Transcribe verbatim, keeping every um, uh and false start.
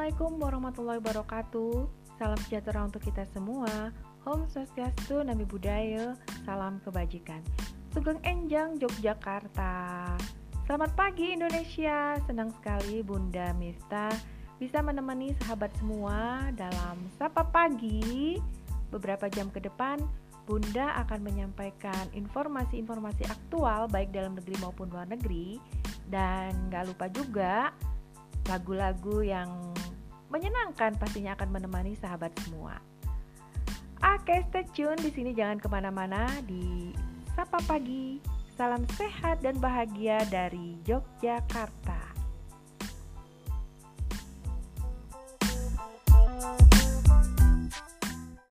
Assalamualaikum warahmatullahi wabarakatuh. Salam sejahtera untuk kita semua. Om Swastiastu, Namo Buddhaya, salam kebajikan. Sugeng Enjang, Yogyakarta. Selamat pagi Indonesia. Senang sekali Bunda Mifta bisa menemani sahabat semua dalam Sapa Pagi. Beberapa jam ke depan Bunda akan menyampaikan informasi-informasi aktual baik dalam negeri maupun luar negeri. Dan gak lupa juga lagu-lagu yang menyenangkan pastinya akan menemani sahabat semua. Oke, stay tune di sini, jangan kemana-mana di Sapa Pagi. Salam sehat dan bahagia dari Yogyakarta.